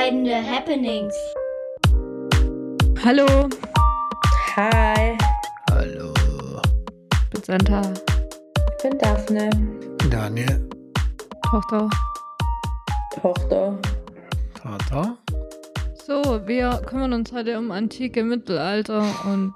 Entscheidende Happenings. Hallo, Hi, Hallo. ich bin Santa, ich bin Daphne, Daniel. Tochter. Tochter. Vater. So, wir kümmern uns heute um antike Mittelalter und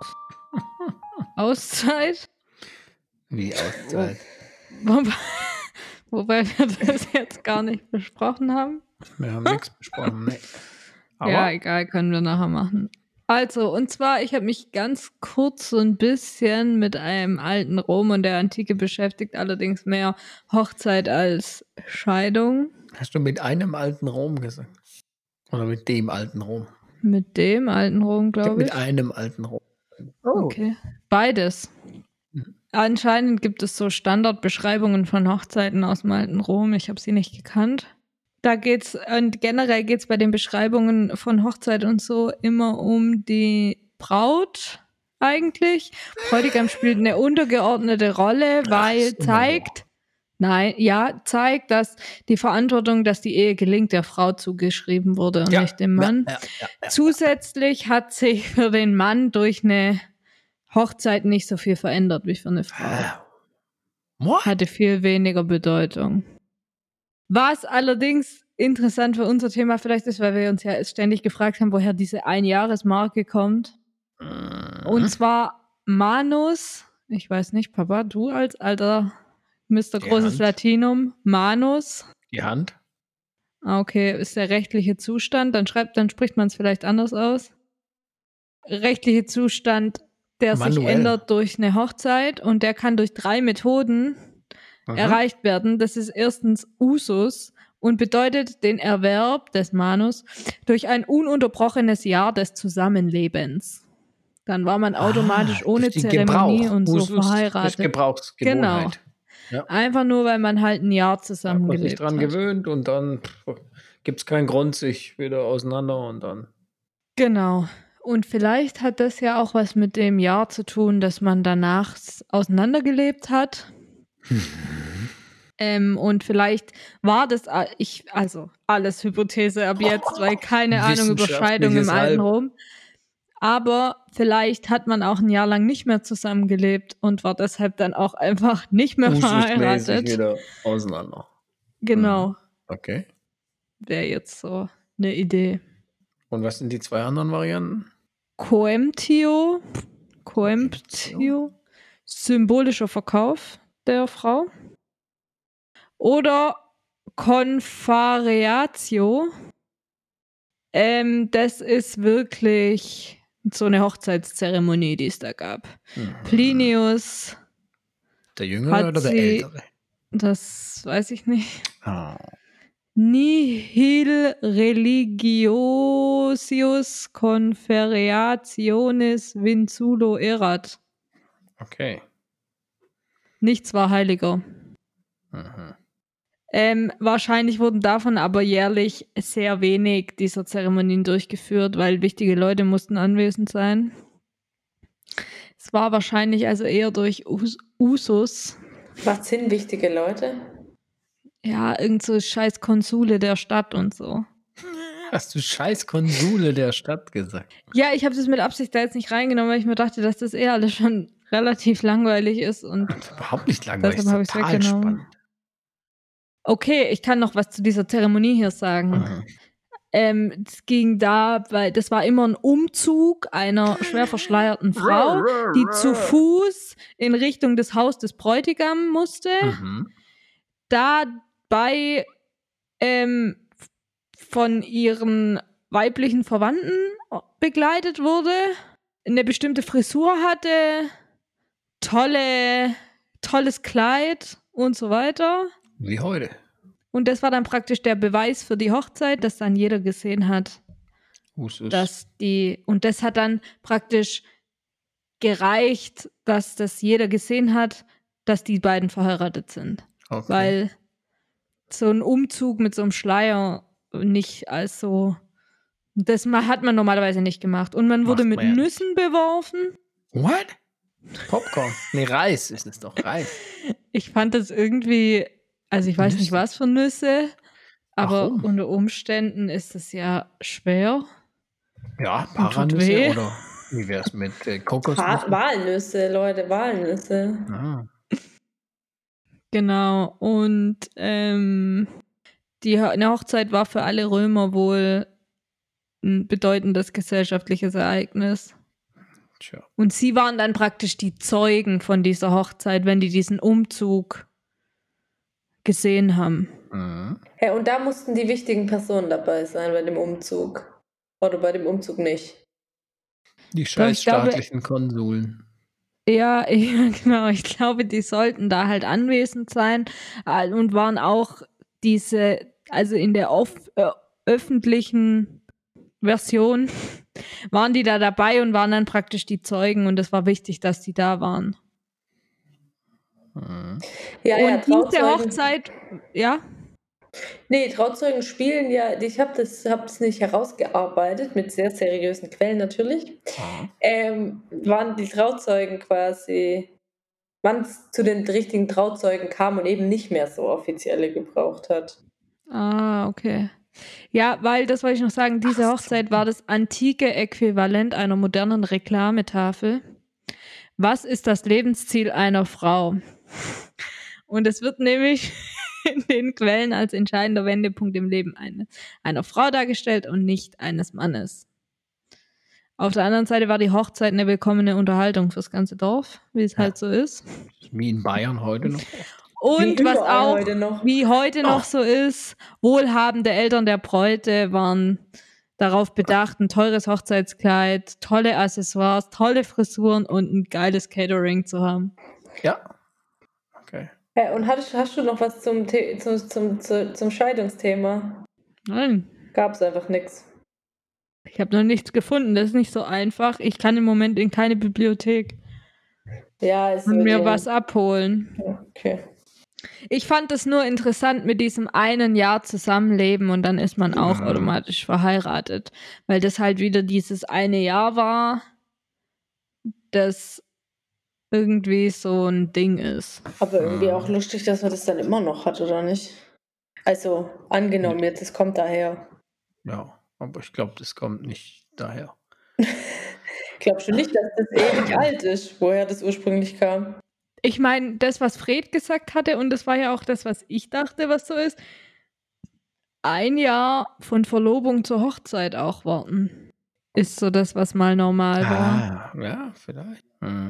Auszeit. Wie Auszeit. Wobei, wobei wir das jetzt gar nicht besprochen haben. Wir haben nichts besprochen, ne? Aber Ja, egal, können wir nachher machen. Also, und zwar, ich habe mich ganz kurz so ein bisschen mit einem alten Rom und der Antike beschäftigt, allerdings mehr Hochzeit als Scheidung. hast du mit einem alten Rom gesagt? Oder mit dem alten Rom? Mit dem alten Rom, Ich hab glaube ich. mit einem alten Rom. Okay. Beides. Mhm. Anscheinend gibt es so Standardbeschreibungen von Hochzeiten aus dem alten Rom. Ich habe sie nicht gekannt. Da geht's, und generell geht's bei den Beschreibungen von Hochzeit und so immer um die Braut eigentlich. Bräutigam spielt eine untergeordnete Rolle, weil ist immer zeigt, dass die Verantwortung, dass die Ehe gelingt, der Frau zugeschrieben wurde und nicht dem Mann. Ja. Zusätzlich hat sich für den Mann durch eine Hochzeit nicht so viel verändert wie für eine Frau. What? Hatte viel weniger Bedeutung. Was allerdings interessant für unser Thema vielleicht ist, weil wir uns ja ständig gefragt haben, woher diese Einjahresmarke kommt. Und zwar Manus, ich weiß nicht, Papa, du als alter Mr. Die Großes Hand. Latinum, Manus, Die Hand? okay, ist der rechtliche Zustand, dann spricht man es vielleicht anders aus. Rechtliche Zustand, der sich Manuell. ändert durch eine Hochzeit und der kann durch 3 Methoden erreicht werden. Das ist erstens Usus und bedeutet den Erwerb des Manus durch ein ununterbrochenes Jahr des Zusammenlebens. Dann war man automatisch ohne durch die Zeremonie Gebrauch. und so Usus, durch verheiratet. Gebrauchsgewohnheit. Ja. Einfach nur, weil man halt ein Jahr Hat man sich zusammengelebt dran hat. gewöhnt und dann gibt es keinen Grund, sich wieder auseinander und dann. Genau. Und vielleicht hat das ja auch was mit dem Jahr zu tun, dass man danach auseinandergelebt hat. Und vielleicht war das, also alles Hypothese ab jetzt, weil keine Ahnung über Scheidung im alten Rom. Aber vielleicht hat man auch ein Jahr lang nicht mehr zusammengelebt und war deshalb dann auch einfach nicht mehr Ususmäßig verheiratet. wieder auseinander. Genau, Okay. wäre jetzt so eine Idee. Und was sind die 2 anderen Varianten? Coemptio, symbolischer Verkauf der Frau. Oder Confareatio, das ist wirklich so eine Hochzeitszeremonie, die es da gab. Plinius, Der Jüngere Hat oder der sie- Ältere? das weiß ich nicht. Oh. Nihil religiosius confereationis vinculo erat. Okay. Nichts war heiliger. Mhm. Wahrscheinlich wurden davon aber jährlich sehr wenig dieser Zeremonien durchgeführt, weil wichtige Leute mussten anwesend sein. Es war wahrscheinlich also eher durch Usus. Was sind wichtige Leute? Ja, irgend so scheiß Konsule der Stadt und so. Hast du scheiß Konsule der Stadt gesagt? Ja, ich habe das mit Absicht da jetzt nicht reingenommen, weil ich mir dachte, dass das alles schon relativ langweilig ist und Das ist überhaupt nicht langweilig. deshalb habe Das ich ist es total weggenommen. spannend. Okay, ich kann noch was zu dieser Zeremonie hier sagen. Es ging da, weil das war immer ein Umzug einer schwer verschleierten Frau, die zu Fuß in Richtung des Haus des Bräutigams musste, dabei von ihren weiblichen Verwandten begleitet wurde, eine bestimmte Frisur hatte, tolles Kleid und so weiter. Wie heute. Und das war dann praktisch der Beweis für die Hochzeit, dass dann jeder gesehen hat, Usus. und das hat dann praktisch gereicht, dass das jeder gesehen hat, dass die beiden verheiratet sind. Okay. Weil so ein Umzug mit so einem Schleier nicht als so, das hat man normalerweise nicht gemacht. Und man wurde Macht mit man ja Nüssen beworfen. What? Popcorn. Nee, Reis ist es doch. Reis. Ich fand das irgendwie, also ich weiß nicht, Nüsse. was für Nüsse, Aber Warum? unter Umständen ist es ja schwer. Ja, tut Paranüsse weh. oder wie wär's mit Kokosnüssen? Walnüsse, Leute, Walnüsse. Ah, Genau. Und eine Hochzeit war für alle Römer wohl ein bedeutendes gesellschaftliches Ereignis. tja. Und sie waren dann praktisch die Zeugen von dieser Hochzeit, wenn die diesen Umzug gesehen haben. Mhm. Hey, und da mussten die wichtigen Personen dabei sein bei dem Umzug. Oder bei dem Umzug nicht. Die Doch, scheiß ich glaube, staatlichen Konsuln. ja, genau. Ich glaube, die sollten da halt anwesend sein und waren auch also in der öffentlichen Version, waren die da dabei und waren dann praktisch die Zeugen und es war wichtig, dass die da waren. Mhm. Ja, Und diese Trauzeugen. Hochzeit, ja, Nee, Trauzeugen spielen ja, ich habe das nicht herausgearbeitet, mit sehr seriösen Quellen natürlich. Ah. Waren die Trauzeugen quasi, wann es zu den richtigen Trauzeugen kam und eben nicht mehr so offizielle gebraucht hat. okay. Ja, weil, das wollte ich noch sagen, diese Hochzeit war das antike Äquivalent einer modernen Reklametafel. Was ist das Lebensziel einer Frau? Und es wird nämlich in den Quellen als entscheidender Wendepunkt im Leben einer Frau dargestellt und nicht eines Mannes. Auf der anderen Seite war die Hochzeit eine willkommene Unterhaltung fürs ganze Dorf, wie es halt so ist. Wie in Bayern heute noch oft. Und Wie was überall auch heute noch. wie heute noch Oh. so ist, wohlhabende Eltern der Bräute waren darauf bedacht, ein teures Hochzeitskleid, tolle Accessoires, tolle Frisuren und ein geiles Catering zu haben. Ja. Okay. Und hast du noch was zum Scheidungsthema? Nein, Gab's einfach nichts. ich habe noch nichts gefunden. Das ist nicht so einfach. Ich kann im Moment in keine Bibliothek Ja, ist und so mir die. was abholen. Okay. Ich fand es nur interessant mit diesem einen Jahr Zusammenleben und dann ist man auch automatisch verheiratet, weil das halt wieder dieses eine Jahr war, das irgendwie so ein Ding ist. Aber irgendwie auch lustig, dass man das dann immer noch hat, oder nicht? Also, angenommen jetzt, es kommt daher. Ja, aber ich glaube, das kommt nicht daher. Glaubst du nicht, dass das ewig alt ist, woher das ursprünglich kam? Ich meine, das, was Fred gesagt hatte, und das war ja auch das, was ich dachte, was so ist, ein Jahr von Verlobung zur Hochzeit auch warten, ist so das, was mal normal war. Ja, vielleicht.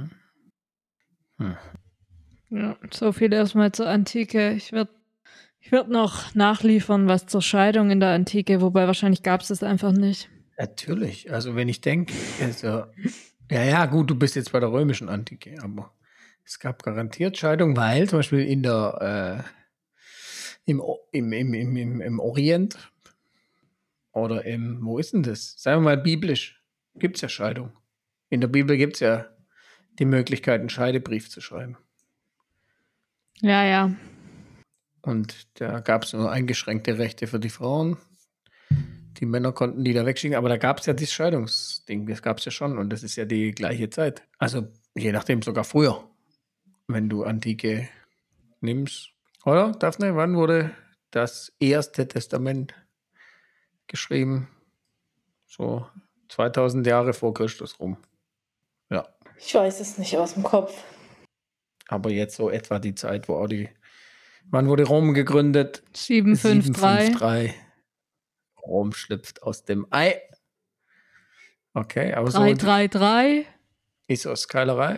Ja, so viel erstmal zur Antike. Ich werd noch nachliefern, was zur Scheidung in der Antike, wobei wahrscheinlich gab es das einfach nicht. Natürlich. Also wenn ich denke, also, ja, gut, du bist jetzt bei der römischen Antike, aber es gab garantiert Scheidung, weil zum Beispiel in der im Orient oder wo ist denn das? Sagen wir mal biblisch, gibt es ja Scheidung. In der Bibel gibt es ja die Möglichkeit, einen Scheidebrief zu schreiben. Ja, ja. Und da gab es nur eingeschränkte Rechte für die Frauen. Die Männer konnten die da wegschicken, aber da gab es ja das Scheidungsding, das gab es ja schon und das ist ja die gleiche Zeit. Also je nachdem sogar früher, wenn du Antike nimmst. Oder, Daphne, wann wurde das erste Testament geschrieben? So 2000 Jahre vor Christus rum. Ja, Ich weiß es nicht aus dem Kopf. aber jetzt so etwa die Zeit, wo auch wann wurde Rom gegründet? 753. 753. Rom schlüpft aus dem Ei. Okay, aber so 333. ist aus Keilerei.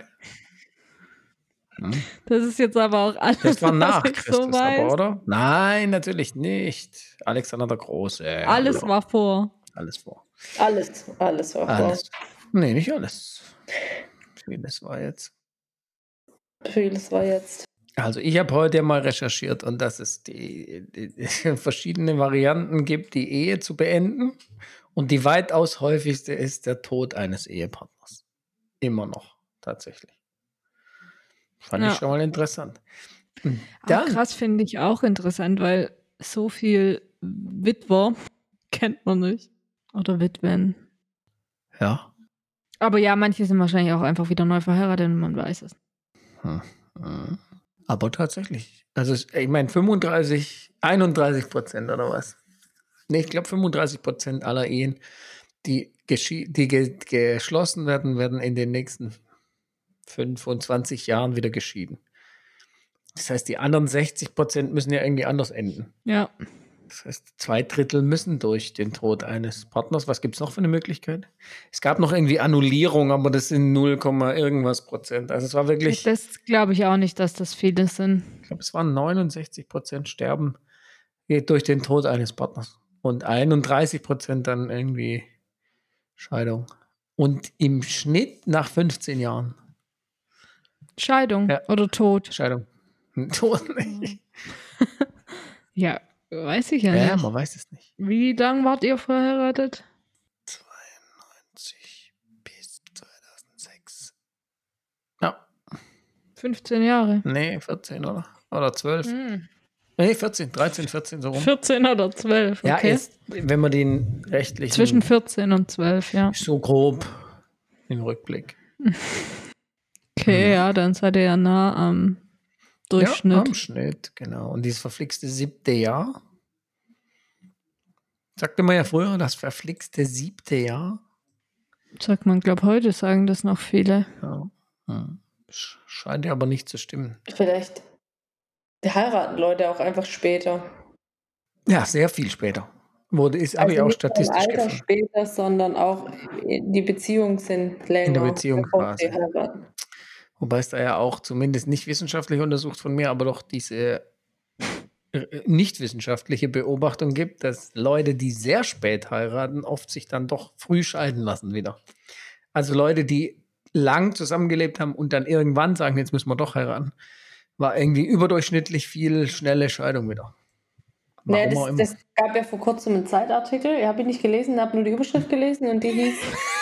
Das ist jetzt aber auch alles, Das war nach was ich Christus, so weiß. aber, oder? Nein, natürlich nicht. Alexander der Große. Alles hallo. war vor. Alles vor. Alles war Alles. Nee, nicht alles. Vieles war jetzt. Vieles war jetzt. Also ich habe heute mal recherchiert und dass es die verschiedene Varianten gibt, die Ehe zu beenden. Und die weitaus häufigste ist der Tod eines Ehepartners. Immer noch, tatsächlich. Fand ich schon mal interessant. Und dann, Krass finde ich auch interessant, weil so viel Witwer kennt man nicht. Oder Witwen. ja. Aber ja, manche sind wahrscheinlich auch einfach wieder neu verheiratet und man weiß es. Aber tatsächlich. Also ich meine 31% oder was? Nee, ich glaube 35% aller Ehen, die geschlossen werden, werden in den nächsten 25 Jahren wieder geschieden. Das heißt, die anderen 60% müssen ja irgendwie anders enden. Ja. Das heißt, 2/3 müssen durch den Tod eines Partners. Was gibt es noch für eine Möglichkeit? Es gab noch irgendwie Annullierung, aber das sind 0, irgendwas Prozent. Also es war wirklich, Das glaube ich auch nicht, dass das viele sind. ich glaube, es waren 69% sterben durch den Tod eines Partners. Und 31% dann irgendwie Scheidung. Und im Schnitt nach 15 Jahren. Scheidung Ja. oder Tod. Scheidung. Tod nicht. Ja, weiß ich ja Ja, nicht. man weiß es nicht. Wie lange wart ihr verheiratet? 92 bis 2006. Ja. 15 Jahre. Nee, 14, oder? Oder 12. Hm. Nee, 14, 13, 14, so rum. 14 oder 12, okay. Ja, ist, wenn man den rechtlichen. Zwischen 14 und 12, ja. So grob im Rückblick. Okay, ja, dann seid ihr ja nah am Durchschnitt. Ja, am Schnitt, genau. Und dieses verflixte 7. Jahr. Sagte man ja früher, das verflixte 7. Jahr. Sagt man, glaube heute sagen das noch viele. Ja. Scheint ja aber nicht zu stimmen. Vielleicht heiraten Leute auch einfach später. Ja, sehr viel später. Habe ich auch nicht nur im statistisch Alter gefunden. später, sondern auch die Beziehungen sind länger. In der Beziehung bevor sie quasi. heiraten. Wobei es da ja auch zumindest nicht wissenschaftlich untersucht von mir, aber doch diese nicht wissenschaftliche Beobachtung gibt, dass Leute, die sehr spät heiraten, oft sich dann doch früh scheiden lassen wieder. Also Leute, die lang zusammengelebt haben und dann irgendwann sagen, jetzt müssen wir doch heiraten, war irgendwie überdurchschnittlich viel schnelle Scheidung wieder. Warum auch immer. Das gab ja vor kurzem einen Zeitartikel, habe ich nicht gelesen, habe nur die Überschrift gelesen und die hieß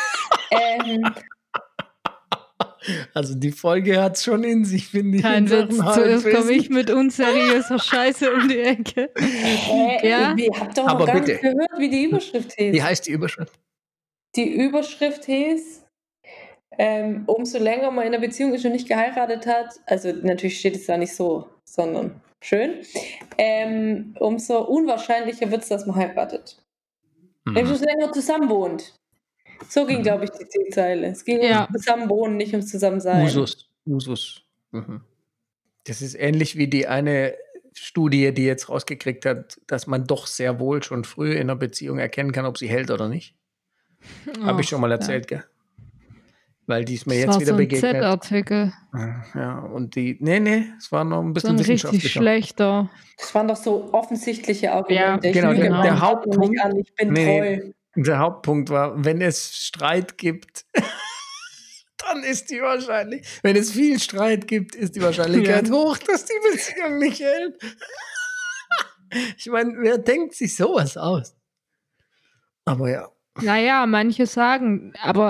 Also die Folge hat es schon in sich, finde ich. Kein Witz, zuerst komme ich mit unseriöser Scheiße um die Ecke. Ja? Ihr habt doch Aber noch gar bitte. nicht gehört, wie die Überschrift hieß. Wie heißt die Überschrift? Die Überschrift hieß, umso länger man in der Beziehung ist und nicht geheiratet hat, also natürlich steht es da nicht so, sondern schön, umso unwahrscheinlicher wird es, dass man heiratet. Wenn man länger zusammen wohnt. So ging, glaube ich, die Zielzeile. Es ging ums Zusammenwohnen, nicht ums Zusammensein. Usus. Mhm. Das ist ähnlich wie die eine Studie, die jetzt rausgekriegt hat, dass man doch sehr wohl schon früh in einer Beziehung erkennen kann, ob sie hält oder nicht. Habe ich schon mal erzählt, gell? Weil die ist mir Das jetzt war wieder so ein begegnet. Z-Artikel. Ja, und die, es war noch ein So bisschen ein richtig wissenschaftlicher. schlechter. Das waren doch so offensichtliche Argumente. genau, ich lüge der meinen Partner Hauptpunkt- nicht an, ich bin treu. Der Hauptpunkt war, wenn es Streit gibt, dann ist die wahrscheinlich, wenn es viel Streit gibt, ist die Wahrscheinlichkeit hoch, dass die Beziehung nicht hält. Ich meine, wer denkt sich sowas aus? Aber ja. Naja, manche sagen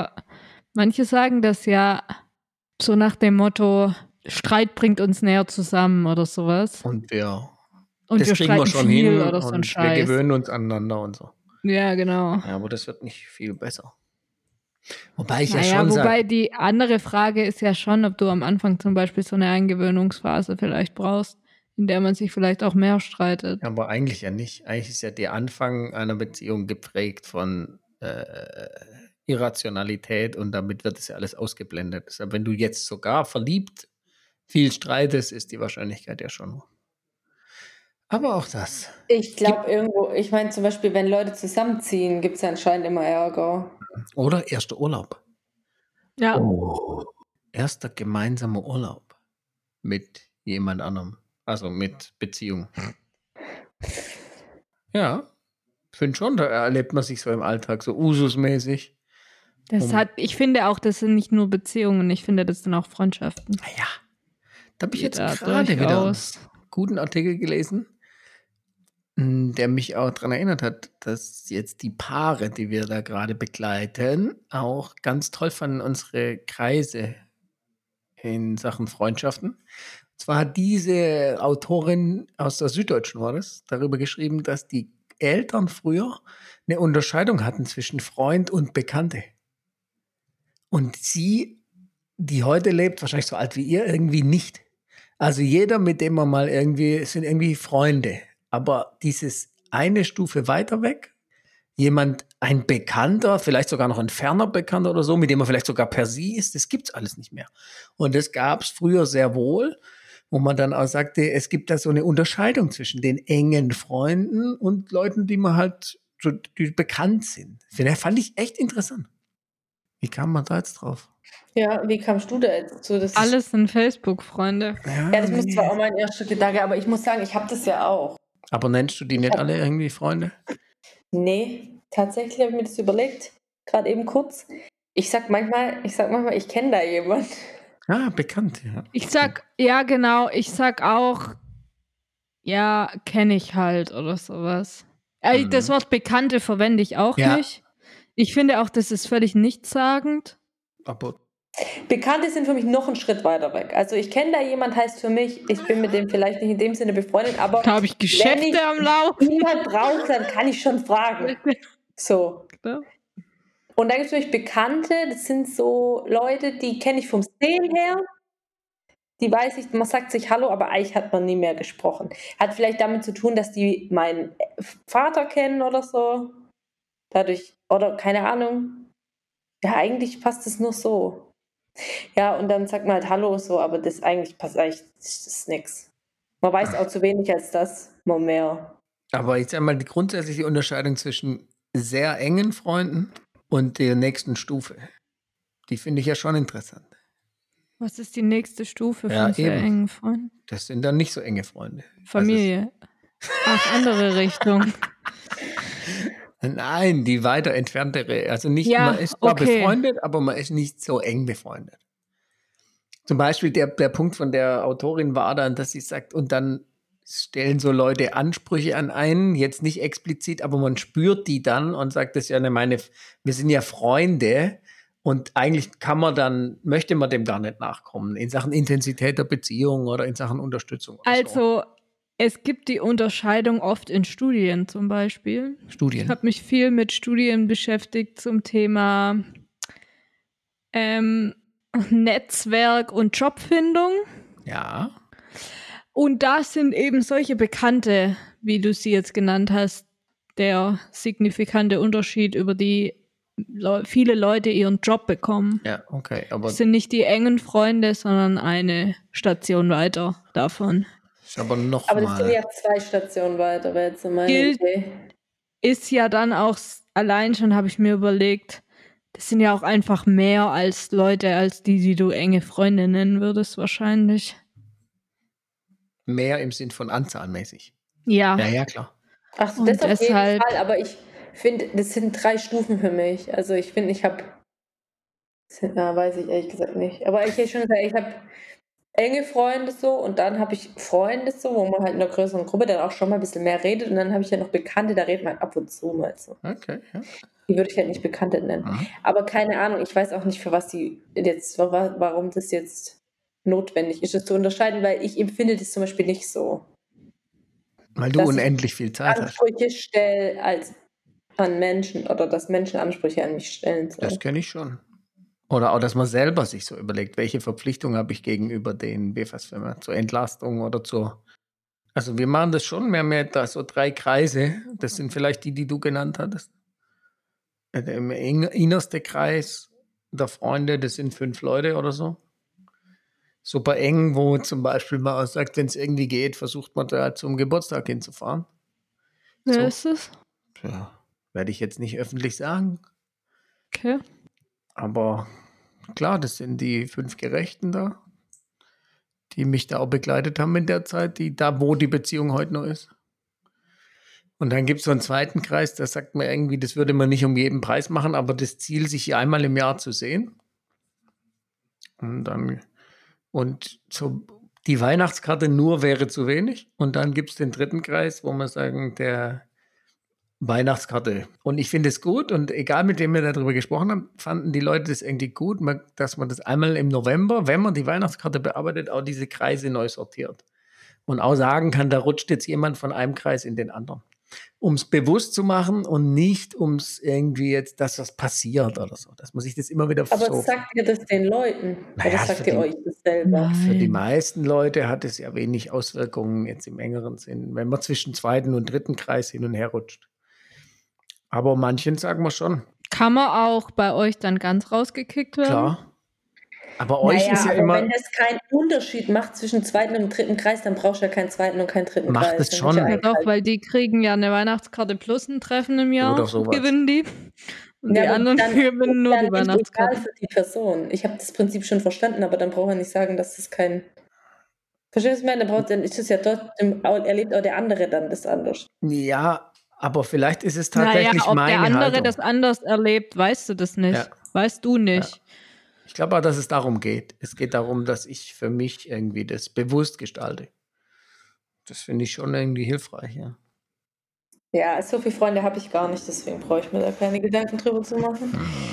das ja so nach dem Motto, Streit bringt uns näher zusammen oder sowas. Und wir wir kriegen streiten wir schon viel hin oder so ein und wir Scheiß. gewöhnen uns aneinander und so. Ja, genau. Ja, aber das wird nicht viel besser. Wobei ich ja schon wobei sage, die andere Frage ist ja schon, ob du am Anfang zum Beispiel so eine Eingewöhnungsphase vielleicht brauchst, in der man sich vielleicht auch mehr streitet. aber eigentlich ja nicht. Eigentlich ist ja der Anfang einer Beziehung geprägt von Irrationalität und damit wird es ja alles ausgeblendet. Deshalb, wenn du jetzt sogar verliebt viel streitest, ist die Wahrscheinlichkeit ja schon hoch. Aber auch das. Ich glaube irgendwo, ich meine zum Beispiel, wenn Leute zusammenziehen, gibt es ja anscheinend immer Ärger. Oder erster Urlaub. Ja. Oh. Erster gemeinsamer Urlaub mit jemand anderem. Also mit Beziehung. Ja, finde schon, da erlebt man sich so im Alltag so ususmäßig. Ich finde auch, das sind nicht nur Beziehungen, ich finde, das sind auch Freundschaften. Naja, da habe ich jetzt Da gerade wieder einen durchaus. guten Artikel gelesen, der mich auch daran erinnert hat, dass jetzt die Paare, die wir da gerade begleiten, auch ganz toll fanden, unsere Kreise in Sachen Freundschaften. Und zwar hat diese Autorin aus der Süddeutschen war das, darüber geschrieben, dass die Eltern früher eine Unterscheidung hatten zwischen Freund und Bekannte. Und sie, die heute lebt, wahrscheinlich so alt wie ihr, irgendwie nicht. Also jeder, mit dem man mal irgendwie, sind irgendwie Freunde. Aber dieses eine Stufe weiter weg, ein Bekannter, vielleicht sogar noch ein ferner Bekannter oder so, mit dem man vielleicht sogar per Sie ist, das gibt's alles nicht mehr. Und das gab's früher sehr wohl, wo man dann auch sagte, es gibt da so eine Unterscheidung zwischen den engen Freunden und Leuten, die man halt, die bekannt sind. Fand ich echt interessant. Wie kam man da jetzt drauf? Ja, wie kamst du da jetzt dazu? Alles sind Facebook-Freunde. Ja, das muss zwar auch mein erster Gedanke, aber ich muss sagen, ich habe das ja auch. Aber nennst du die nicht alle irgendwie Freunde? Nee, tatsächlich habe ich mir das überlegt, gerade eben kurz. Ich sag manchmal, ich kenne da jemand. Ah, bekannt, ja. Ich sag auch, ja, kenne ich halt oder sowas. Das Wort Bekannte verwende ich auch nicht. Ich finde auch, das ist völlig nichtssagend. Aber Bekannte sind für mich noch einen Schritt weiter weg. Also ich kenne da jemand, heißt für mich, ich bin mit dem vielleicht nicht in dem Sinne befreundet, aber Da habe ich Geschäfte am Laufen. Wenn ich jemand brauche, dann kann ich schon fragen. So. Ja. Und dann gibt es natürlich Bekannte, das sind so Leute, die kenne ich vom Sehen her. Die weiß ich, man sagt sich Hallo, aber eigentlich hat man nie mehr gesprochen. Hat vielleicht damit zu tun, dass die meinen Vater kennen oder so. Dadurch, oder keine Ahnung. Ja, eigentlich passt es nur so. Ja, und dann sagt man halt Hallo so, aber das eigentlich passt eigentlich, das ist nix. Man weiß auch zu wenig als das, mal mehr. Aber jetzt einmal die grundsätzliche Unterscheidung zwischen sehr engen Freunden und der nächsten Stufe. Die finde ich ja schon interessant. Was ist die nächste Stufe Ja, von sehr eben. engen Freunden? Das sind dann nicht so enge Freunde. Familie. Ach, andere Richtung. Nein, die weiter entferntere. Also nicht, Ja, man ist zwar okay. befreundet, aber man ist nicht so eng befreundet. Zum Beispiel der Punkt von der Autorin war dann, dass sie sagt, und dann stellen so Leute Ansprüche an einen, jetzt nicht explizit, aber man spürt die dann und sagt, das ist ja wir sind ja Freunde und eigentlich möchte man dem gar nicht nachkommen in Sachen Intensität der Beziehung oder in Sachen Unterstützung. Also, es gibt die Unterscheidung oft in Studien zum Beispiel. Studien. Ich habe mich viel mit Studien beschäftigt zum Thema Netzwerk und Jobfindung. Ja. Und da sind eben solche Bekannte, wie du sie jetzt genannt hast, der signifikante Unterschied, über die viele Leute ihren Job bekommen. Ja, okay. Aber Das sind nicht die engen Freunde, sondern eine Station weiter davon. ist aber noch Aber das mal. sind ja 2 Stationen weiter, wäre jetzt so meine Gilt- Idee. Ist ja dann auch allein schon, habe ich mir überlegt, das sind ja auch einfach mehr als Leute, als die du enge Freunde nennen würdest, wahrscheinlich. Mehr im Sinn von anzahlmäßig. Ja. Ja, klar. Ach so, Und das auf jeden deshalb- Fall, aber ich finde, das sind 3 Stufen für mich. Also ich finde, ich habe, weiß ich ehrlich gesagt nicht. Aber ich hätte schon gesagt, ich habe enge Freunde so und dann habe ich Freunde so, wo man halt in einer größeren Gruppe dann auch schon mal ein bisschen mehr redet und dann habe ich ja noch Bekannte, da redet man ab und zu mal so. Okay, ja. Die würde ich halt nicht Bekannte nennen. Mhm. Aber keine Ahnung, ich weiß auch nicht, für was die jetzt, warum das jetzt notwendig ist, das zu unterscheiden, weil ich empfinde das zum Beispiel nicht so. Weil du Dass ich unendlich viel Zeit hast. Ansprüche stelle als an Menschen oder dass Menschen Ansprüche an mich stellen. So. Das kenne ich schon. Oder auch, dass man selber sich so überlegt, welche Verpflichtung habe ich gegenüber den BFAS-Firmen zur Entlastung oder Also wir machen das schon, wir haben ja da so 3 Kreise, das sind vielleicht die du genannt hattest. Der innerste Kreis der Freunde, das sind 5 Leute oder so. Super eng, wo zum Beispiel man auch sagt, wenn es irgendwie geht, versucht man da zum Geburtstag hinzufahren. Wer So. ist es? Ja, werde ich jetzt nicht öffentlich sagen. Okay. Aber klar, das sind die 5 Gerechten da, die mich da auch begleitet haben in der Zeit, wo die Beziehung heute noch ist. Und dann gibt es so einen zweiten Kreis, da sagt man irgendwie, das würde man nicht um jeden Preis machen, aber das Ziel, sich einmal im Jahr zu sehen. Und so die Weihnachtskarte nur wäre zu wenig. Und dann gibt es den dritten Kreis, wo man sagen, der Weihnachtskarte. Und ich finde es gut und egal mit wem wir darüber gesprochen haben, fanden die Leute das irgendwie gut, dass man das einmal im November, wenn man die Weihnachtskarte bearbeitet, auch diese Kreise neu sortiert. Und auch sagen kann, da rutscht jetzt jemand von einem Kreis in den anderen. ums bewusst zu machen und nicht ums irgendwie jetzt, dass das passiert oder so. Dass man sich das immer wieder Aber so. sagt ihr das den Leuten? Naja, Oder sagt ihr euch das selber? Für die Nein. meisten Leute hat es ja wenig Auswirkungen jetzt im engeren Sinn, wenn man zwischen zweiten und dritten Kreis hin und her rutscht. Aber manchen sagen wir schon, Kann man auch bei euch dann ganz rausgekickt werden? klar. Aber euch ist ja aber immer, wenn das keinen Unterschied macht zwischen zweiten und dritten Kreis, dann brauchst du ja keinen zweiten und keinen dritten Macht Kreis. es schon. Ja doch, weil die kriegen ja eine Weihnachtskarte plus ein Treffen im Jahr. Oder sowas. Gewinnen die. Und die aber anderen dann gewinnen nur ist die ja nicht egal Weihnachtskarte. für die Person. Ich habe das Prinzip schon verstanden, aber dann braucht er nicht sagen, dass das kein... Verstehst du, was ich meine? Dann ist es ja trotzdem, erlebt auch der andere dann das anders. ja, aber vielleicht ist es Naja, tatsächlich ob der meine andere Haltung. das anders erlebt, weißt du das nicht. Ja. Weißt du nicht. Ich glaube auch, dass es darum geht. Es geht darum, dass ich für mich irgendwie das bewusst gestalte. Das finde ich schon irgendwie hilfreich, ja. Ja, so viele Freunde habe ich gar nicht, deswegen brauche ich mir da keine Gedanken drüber zu machen.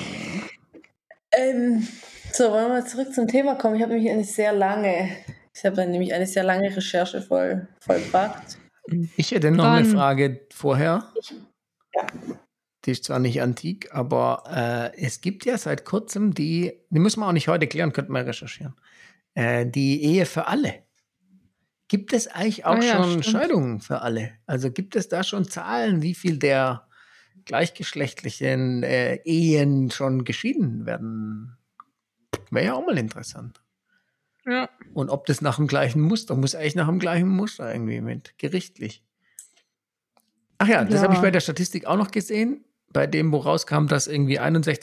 So, wollen wir mal zurück zum Thema kommen. Ich habe nämlich eine sehr lange Recherche vollbracht. Ich hätte noch eine Dann- Frage vorher. Ja. Die ist zwar nicht antik, aber es gibt ja seit kurzem die müssen wir auch nicht heute klären, könnten wir recherchieren. Die Ehe für alle. Gibt es eigentlich auch ja, schon stimmt. Scheidungen für alle? Also gibt es da schon Zahlen, wie viel der gleichgeschlechtlichen Ehen schon geschieden werden? Wäre ja auch mal interessant. Ja. Und ob das nach dem gleichen Muster, muss eigentlich nach dem gleichen Muster irgendwie mit gerichtlich. Ach ja, das Ja. habe ich bei der Statistik auch noch gesehen, bei dem, wo rauskam, dass irgendwie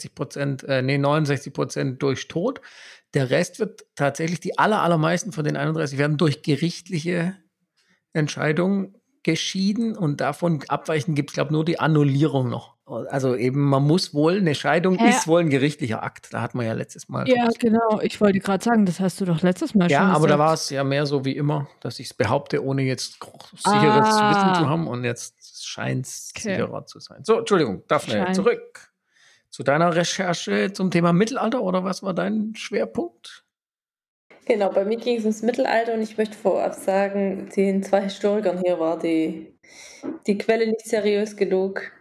69% durch Tod. Der Rest wird tatsächlich, die allermeisten von den 31 werden durch gerichtliche Entscheidungen geschieden und davon abweichend gibt es, glaube ich, nur die Annullierung noch. Also eben, man muss wohl, eine Scheidung ist wohl ein gerichtlicher Akt. Da hat man ja letztes Mal. Ja, genau. Ich wollte gerade sagen, das hast du doch letztes Mal Ja, schon aber da gesagt. war es ja mehr so wie immer, dass ich es behaupte, ohne jetzt sicheres Wissen zu haben und jetzt scheint es sicherer zu sein. So, Entschuldigung, Daphne, Scheint. zurück zu deiner Recherche zum Thema Mittelalter oder was war dein Schwerpunkt? Genau, bei mir ging es ums Mittelalter und ich möchte vorab sagen, den 2 Historikern hier war die Quelle nicht seriös genug.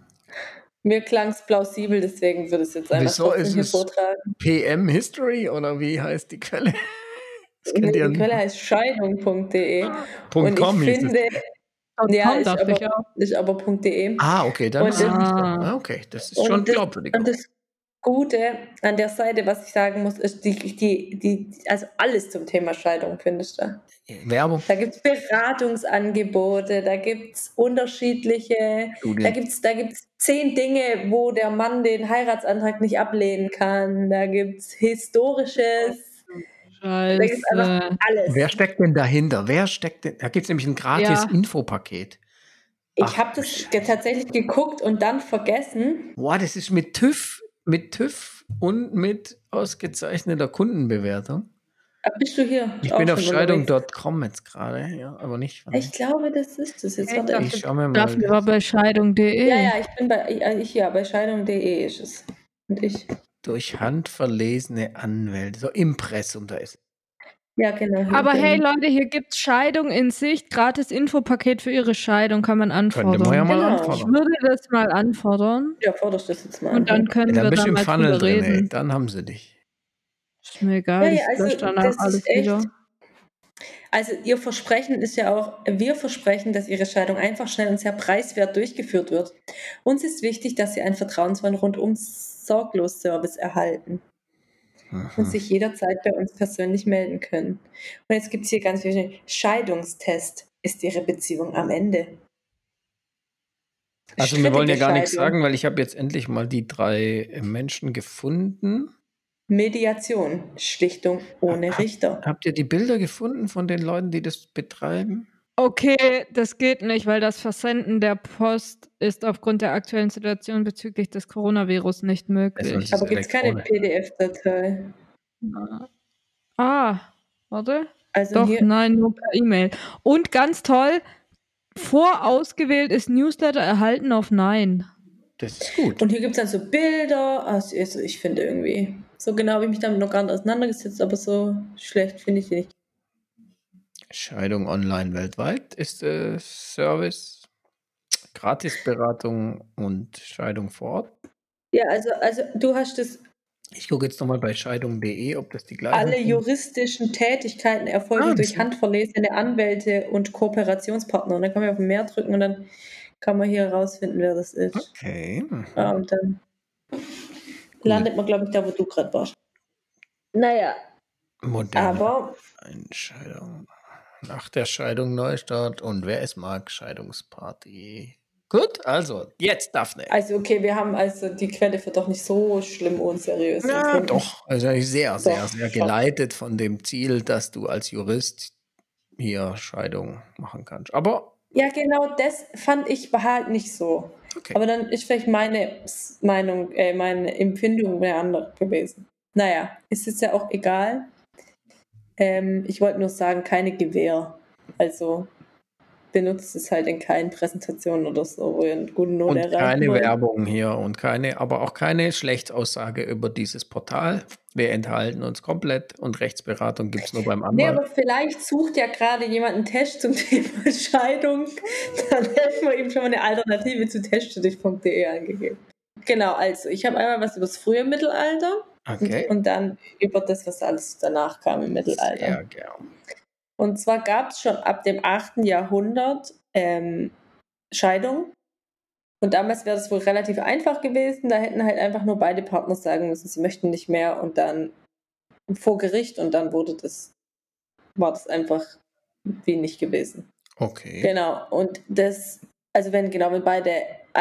Mir klang es plausibel, deswegen würde ich es jetzt einfach Wieso trotzdem ist hier es vortragen. PM History oder wie heißt die Quelle? Das Nee, kennt ihr die Quelle heißt scheidung.de. Und .com ich hieß es. finde, ja, .com dachte ich auch. ist aber .de. Ah, okay, dann Und ist es das- nicht so. Ah. Ah, okay, das ist schon glaubwürdig. Und das Gute an der Seite, was ich sagen muss, ist also alles zum Thema Scheidung findest du. Werbung. Da gibt es Beratungsangebote, da gibt es unterschiedliche, Studien. da gibt's 10 Dinge, wo der Mann den Heiratsantrag nicht ablehnen kann. Da gibt es Historisches, da gibt es einfach Scheiße. alles. Wer steckt denn dahinter? Da gibt es nämlich ein gratis Ja. Infopaket. Ich habe das tatsächlich geguckt und dann vergessen. Boah, das ist mit TÜV und mit ausgezeichneter Kundenbewertung. Bist du hier? Ich auch bin auf schon unterwegs? scheidung.com jetzt gerade, ja, aber nicht von. Ich glaube, das ist das jetzt. Ich Warte, dachte, Ich schau mir mal. Daphne war bei scheidung.de. ja, ich bin bei scheidung.de ist es. Und ich. Durch Hand verlesene Anwälte. So Impressum, da ist. Ja, genau. hier Aber bin hey ich. Leute, hier gibt's Scheidung in Sicht, gratis Infopaket für Ihre Scheidung kann man anfordern. Könnte man ja mal Genau. Ich anfordern. würde das mal anfordern Ja, forderst das jetzt mal an. und dann können Dann wir bist da du im mal Funnel drüber drin, ey. reden. Dann haben sie dich. Ist mir egal, Ja, ich also lösche danach das alles ist echt. wieder. Also ihr Versprechen ist ja auch, wir versprechen, dass Ihre Scheidung einfach, schnell und sehr preiswert durchgeführt wird. Uns ist wichtig, dass Sie einen vertrauensvollen Rundum-Sorglos-Service erhalten und sich jederzeit bei uns persönlich melden können. Und jetzt gibt es hier ganz viele Scheidungstest. Ist Ihre Beziehung am Ende? Also wir wollen ja Strittige gar nichts Scheidung. sagen, weil ich habe jetzt endlich mal die 3 Menschen gefunden. Mediation, Schlichtung ohne Richter. Habt ihr die Bilder gefunden von den Leuten, die das betreiben? Okay, das geht nicht, weil das Versenden der Post ist aufgrund der aktuellen Situation bezüglich des Coronavirus nicht möglich. Also, das Aber gibt es keine elektronisch. PDF-Datei? Warte. Also Doch, hier, nein, nur per E-Mail. Und ganz toll, vorausgewählt ist Newsletter erhalten auf Nein. Das ist gut. und hier gibt es dann so Bilder. Also ich finde irgendwie, so genau habe ich mich damit noch gar nicht auseinandergesetzt, aber so schlecht finde ich die nicht. Scheidung online weltweit ist Service. Gratisberatung und Scheidung vor Ort. Ja, also du hast das, Ich gucke jetzt nochmal bei scheidung.de, ob das die gleichen alle sind. juristischen Tätigkeiten Ah, erfolgen das durch sind. handverlesene Anwälte und Kooperationspartner. Und dann kann man auf Mehr drücken und dann kann man hier herausfinden, wer das ist. Okay. Und dann Gut. landet man, glaube ich, da, wo du gerade warst. Naja, Moderne aber Entscheidung. Nach der Scheidung Neustart. Und wer es mag, Scheidungsparty. Gut, also, jetzt Daphne. also okay, wir haben also die Quelle für doch nicht so schlimm unseriös Ja, empfunden. doch. Also eigentlich sehr, sehr, Doch, sehr schon. geleitet von dem Ziel, dass du als Jurist hier Scheidung machen kannst. Aber Ja, genau, das fand ich halt nicht so. okay. Aber dann ist vielleicht meine Meinung, meine Empfindung eine andere gewesen. Naja, ist jetzt ja auch egal. Ich wollte nur sagen, keine Gewähr. Also benutzt es halt in keinen Präsentationen oder so, wo ihr eine gute Note Und erreichen keine wollt. Werbung hier und aber auch keine Schlechtaussage über dieses Portal. Wir enthalten uns komplett und Rechtsberatung gibt es nur beim Nee, Anwalt. aber vielleicht sucht ja gerade jemand einen Test zum Thema Scheidung. Dann hätten wir ihm schon mal eine Alternative zu testedich.de angegeben. Genau, also ich habe einmal was über das frühe Mittelalter Okay. und dann über das, was alles danach kam im Mittelalter. Sehr gern. Und zwar gab es schon ab dem 8. Jahrhundert Scheidung. Und damals wäre das wohl relativ einfach gewesen. Da hätten halt einfach nur beide Partner sagen müssen, sie möchten nicht mehr und dann vor Gericht und dann war das einfach wenig gewesen. Okay. Genau. Und das, also wenn beide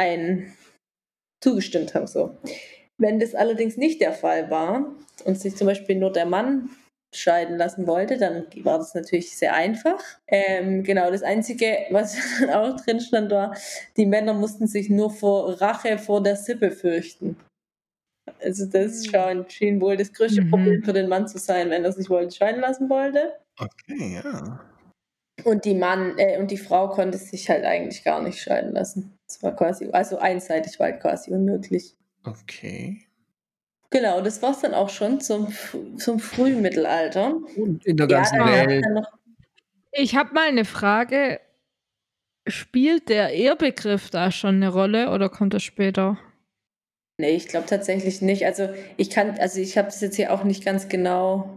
zugestimmt haben, so. Wenn das allerdings nicht der Fall war und sich zum Beispiel nur der Mann scheiden lassen wollte, dann war das natürlich sehr einfach. Genau, das Einzige, was dann auch drin stand, war, die Männer mussten sich nur vor Rache vor der Sippe fürchten. Also das schien wohl das größte Problem für den Mann zu sein, wenn er sich scheiden lassen wollte. Okay, ja. Und die Frau konnte sich halt eigentlich gar nicht scheiden lassen. Das war quasi, also einseitig war halt quasi unmöglich. Okay. Genau, das war es dann auch schon zum Frühmittelalter. Und in der Ja, ganzen da gab es Welt. dann noch. Ich habe mal eine Frage. Spielt der Ehebegriff da schon eine Rolle oder kommt das später? Nee, ich glaube tatsächlich nicht. Also ich habe das jetzt hier auch nicht ganz genau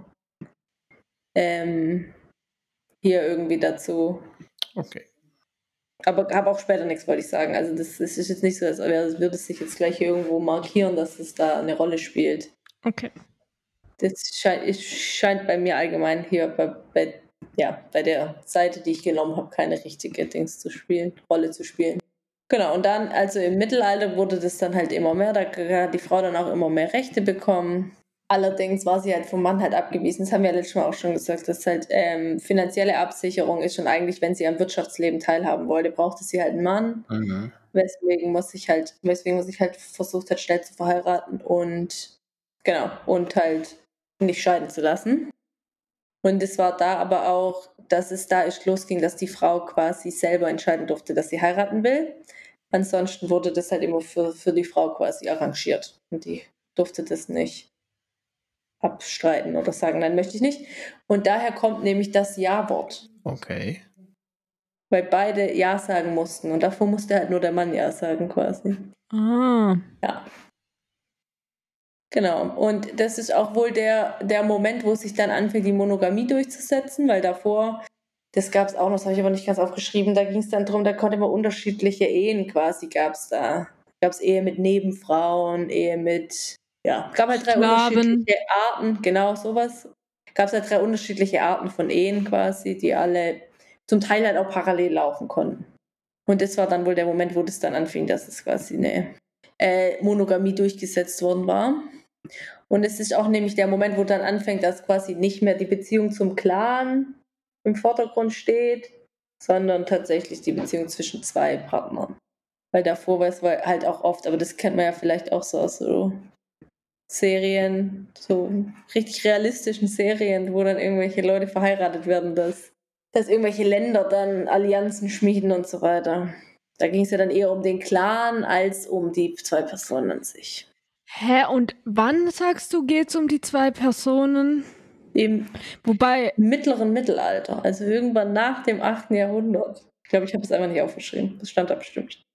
hier irgendwie dazu. Okay. Aber habe auch später nichts, wollte ich sagen. Also das ist jetzt nicht so, als würde es sich jetzt gleich irgendwo markieren, dass es da eine Rolle spielt. Okay. Das scheint bei mir allgemein hier bei der Seite, die ich genommen habe, keine richtige Rolle zu spielen. Genau, und dann, also im Mittelalter wurde das dann halt immer mehr, da hat die Frau dann auch immer mehr Rechte bekommen. Allerdings war sie halt vom Mann halt abgewiesen. Das haben wir ja letztes Mal auch schon gesagt, dass halt finanzielle Absicherung ist schon eigentlich, wenn sie am Wirtschaftsleben teilhaben wollte, brauchte sie halt einen Mann. Mhm. Weswegen man sich halt versucht hat, schnell zu verheiraten und halt nicht scheiden zu lassen. Und es war da aber auch, dass es da erst losging, dass die Frau quasi selber entscheiden durfte, dass sie heiraten will. Ansonsten wurde das halt immer für die Frau quasi arrangiert. Und die durfte das nicht abstreiten oder sagen, nein, möchte ich nicht. Und daher kommt nämlich das Ja-Wort. Okay. Weil beide Ja sagen mussten. Und davor musste halt nur der Mann Ja sagen quasi. Ah. Ja. Genau. Und das ist auch wohl der Moment, wo sich dann anfängt, die Monogamie durchzusetzen, weil davor, das gab es auch noch, das habe ich aber nicht ganz aufgeschrieben, da ging es dann darum, da konnte man unterschiedliche Ehen quasi, gab es Ehe mit Nebenfrauen, Ehe mit, gab halt 3 Sklaven. unterschiedliche Arten, genau sowas. Gab es halt 3 unterschiedliche Arten von Ehen quasi, die alle zum Teil halt auch parallel laufen konnten. Und das war dann wohl der Moment, wo das dann anfing, dass es quasi eine Monogamie durchgesetzt worden war. Und es ist auch nämlich der Moment, wo dann anfängt, dass quasi nicht mehr die Beziehung zum Clan im Vordergrund steht, sondern tatsächlich die Beziehung zwischen 2 Partnern. Weil davor war es halt auch oft, aber das kennt man ja vielleicht auch so aus so Serien, so richtig realistischen Serien, wo dann irgendwelche Leute verheiratet werden, dass irgendwelche Länder dann Allianzen schmieden und so weiter. Da ging es ja dann eher um den Clan als um die 2 Personen an sich. Hä, und wann sagst du, geht's um die 2 Personen? Im Wobei, mittleren Mittelalter, also irgendwann nach dem 8. Jahrhundert. Ich glaube, ich habe es einfach nicht aufgeschrieben. Das stand da bestimmt.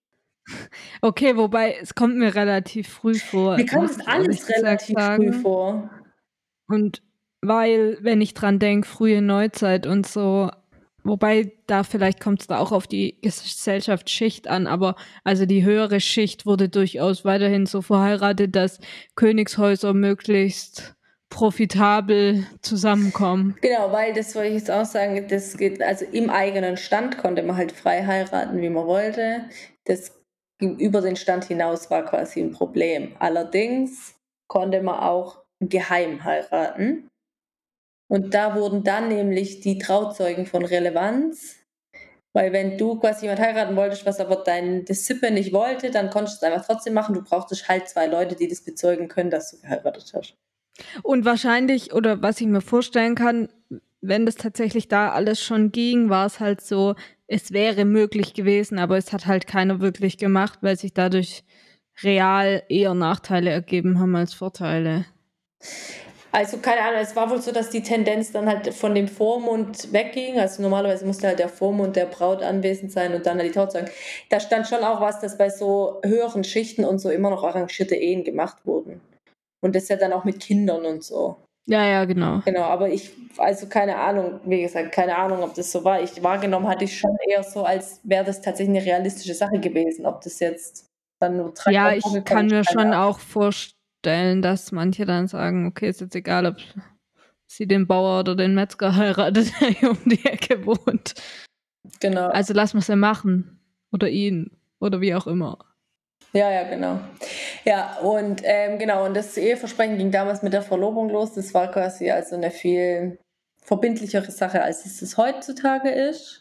Okay, wobei es kommt mir relativ früh vor, Mir kommt muss es ich ehrlich alles gesagt relativ früh sagen. vor. Und weil, wenn ich dran denke, frühe Neuzeit und so, wobei da vielleicht kommt es da auch auf die Gesellschaftsschicht an, aber also die höhere Schicht wurde durchaus weiterhin so verheiratet, dass Königshäuser möglichst profitabel zusammenkommen. Genau, weil das wollte ich jetzt auch sagen, das geht, also im eigenen Stand konnte man halt frei heiraten, wie man wollte. Das über den Stand hinaus war quasi ein Problem. Allerdings konnte man auch geheim heiraten. Und da wurden dann nämlich die Trauzeugen von Relevanz, weil wenn du quasi jemand heiraten wolltest, was aber das Sippe nicht wollte, dann konntest du es einfach trotzdem machen. Du brauchtest halt 2 Leute, die das bezeugen können, dass du geheiratet hast. Und wahrscheinlich, oder was ich mir vorstellen kann, wenn das tatsächlich da alles schon ging, war es halt so, es wäre möglich gewesen, aber es hat halt keiner wirklich gemacht, weil sich dadurch real eher Nachteile ergeben haben als Vorteile. Also keine Ahnung, es war wohl so, dass die Tendenz dann halt von dem Vormund wegging. Also normalerweise musste halt der Vormund der Braut anwesend sein und dann halt die Trauzeugen. Da stand schon auch was, dass bei so höheren Schichten und so immer noch arrangierte Ehen gemacht wurden. Und das ja dann auch mit Kindern und so. Ja, ja, genau. Genau, aber also keine Ahnung, wie gesagt, keine Ahnung, ob das so war. Wahrgenommen hatte ich schon eher so, als wäre das tatsächlich eine realistische Sache gewesen. Ob das jetzt dann nur 3 Ja, Mal ich vorgekommen kann ist, mir keine schon Ahnung. auch vorstellen, dass manche dann sagen, okay, ist jetzt egal, ob sie den Bauer oder den Metzger heiratet, der hier um die Ecke wohnt. Genau. Also lass uns ja machen. Oder ihn. Oder wie auch immer. Ja, genau. Ja, und genau, und das Eheversprechen ging damals mit der Verlobung los. Das war quasi also eine viel verbindlichere Sache, als es heutzutage ist.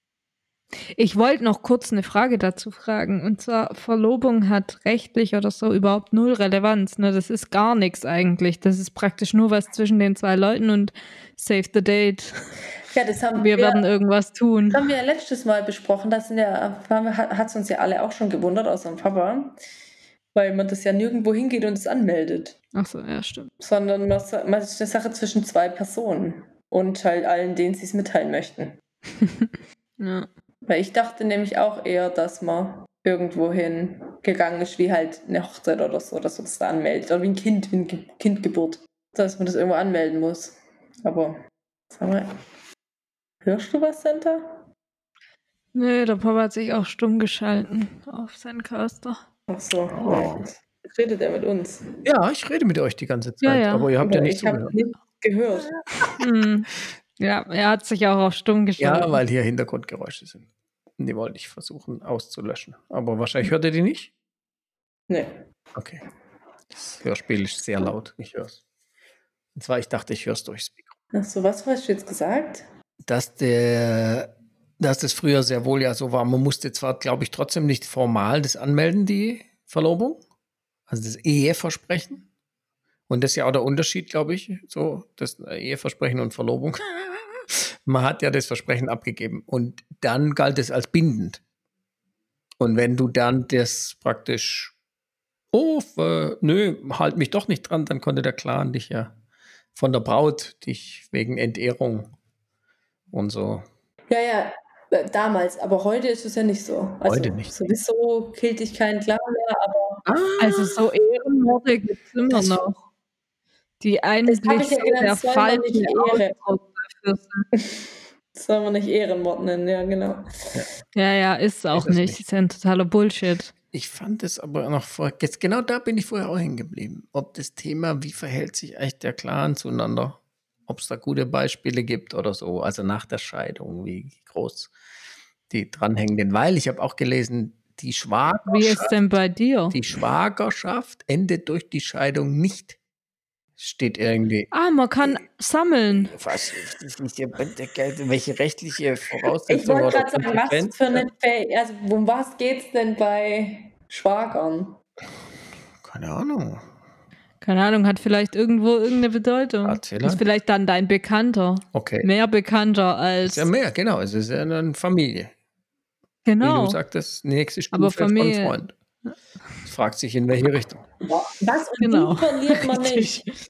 Ich wollte noch kurz eine Frage dazu fragen. Und zwar, Verlobung hat rechtlich oder so überhaupt null Relevanz. Ne? Das ist gar nichts eigentlich. Das ist praktisch nur was zwischen den 2 Leuten und save the date. Ja, das haben Wir werden irgendwas tun. haben wir ja letztes Mal besprochen. Das hat es uns ja alle auch schon gewundert, außer dem Papa. Weil man das ja nirgendwo hingeht und es anmeldet. Ach so, ja, stimmt. Sondern man ist eine Sache zwischen 2 Personen. Und halt allen, denen sie es mitteilen möchten. Ja. Weil ich dachte nämlich auch eher, dass man irgendwohin gegangen ist, wie halt eine Hochzeit oder so, dass man das da anmeldet. Oder wie eine Kindgeburt. Dass man das irgendwo anmelden muss. Aber, sag mal, hörst du was, Santa? Nee, der Papa hat sich auch stumm geschalten auf seinen Coaster. Ach so, Oh. jetzt redet er mit uns. Ja, ich rede mit euch die ganze Zeit, Ja, ja. aber ihr habt ja Aber nicht ich habe zugehört. nicht gehört. Ja, er hat sich auch auf stumm geschalten. Ja, weil hier Hintergrundgeräusche sind. Die wollte ich versuchen auszulöschen. Aber wahrscheinlich hört ihr die nicht? Nee. Okay. Das Hörspiel ist sehr laut. Ich höre es. Und zwar, ich dachte, ich höre es durchs Mikro. Ach so, was hast du jetzt gesagt? Dass das früher sehr wohl ja so war. Man musste zwar, glaube ich, trotzdem nicht formal das anmelden, die Verlobung, also das Eheversprechen. Und das ist ja auch der Unterschied, glaube ich, so das Eheversprechen und Verlobung. Man hat ja das Versprechen abgegeben und dann galt es als bindend. Und wenn du dann das praktisch, nö, halt mich doch nicht dran, dann konnte der Clan dich ja von der Braut dich wegen Entehrung und so. Ja, damals, aber heute ist es ja nicht so. Also, Heute nicht. Sowieso killt dich kein Clan mehr, aber Also so Ehrenmorde gibt es immer Das- noch. Die das eigentlich habe ich ja so genannt, der soll man nicht falsche Ehre. Ausdruck dafür sind. Soll man nicht Ehrenmord nennen, ja, genau. Ja, ist auch Ist es nicht. nicht. Ist ja ein totaler Bullshit. Ich fand es aber noch jetzt genau da bin ich vorher auch hängen geblieben. Ob das Thema, wie verhält sich eigentlich der Clan zueinander? Ob es da gute Beispiele gibt oder so, also nach der Scheidung, wie groß die dranhängen. Weil ich habe auch gelesen, die Wie ist Schwagerschaft, denn bei dir? die Schwagerschaft endet durch die Scheidung nicht. Steht irgendwie. Man kann sammeln. Was, welche rechtliche Ich Voraussetzung wollte oder gerade sagen, was Konsequenz? für eine also um was geht's denn bei Schwagern? Keine Ahnung. Keine Ahnung, hat vielleicht irgendwo irgendeine Bedeutung. Erzähl Ist halt. vielleicht dann dein Bekannter. Okay. Mehr Bekannter als. Ist ja mehr, genau. Es ist ja eine Familie. Wie Genau. du sagtest, nächste Aber Stufe Familie. von Freund. Es fragt sich, in welche Richtung. Was und Genau. die verliert man Richtig. nicht.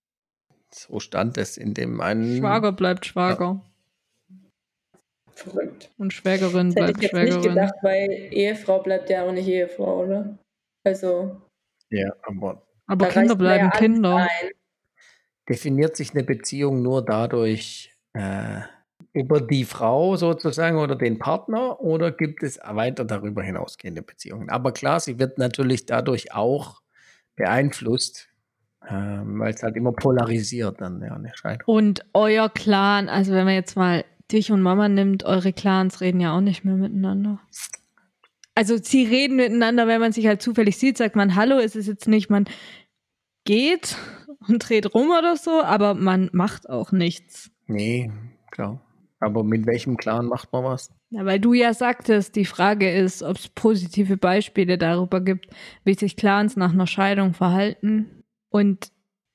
So stand es in dem einen. Schwager bleibt Schwager. Verrückt. verrückt. Und Schwägerin Das hätte bleibt ich jetzt nicht Schwägerin. gedacht, weil Ehefrau bleibt ja auch nicht Ehefrau, oder? Also, Ja, aber Aber da Kinder reißt man ja bleiben alles Kinder. ein. definiert sich eine Beziehung nur dadurch über die Frau sozusagen oder den Partner oder gibt es weiter darüber hinausgehende Beziehungen? Aber klar, sie wird natürlich dadurch auch beeinflusst, weil es halt immer polarisiert dann, ja, eine Scheidung. Und euer Clan, also wenn man jetzt mal dich und Mama nimmt, eure Clans reden ja auch nicht mehr miteinander. Also sie reden miteinander, wenn man sich halt zufällig sieht, sagt man Hallo, es ist jetzt nicht, man geht und dreht rum oder so, aber man macht auch nichts. Nee, klar. Aber mit welchem Clan macht man was? Ja, weil du ja sagtest, die Frage ist, ob es positive Beispiele darüber gibt, wie sich Clans nach einer Scheidung verhalten. Und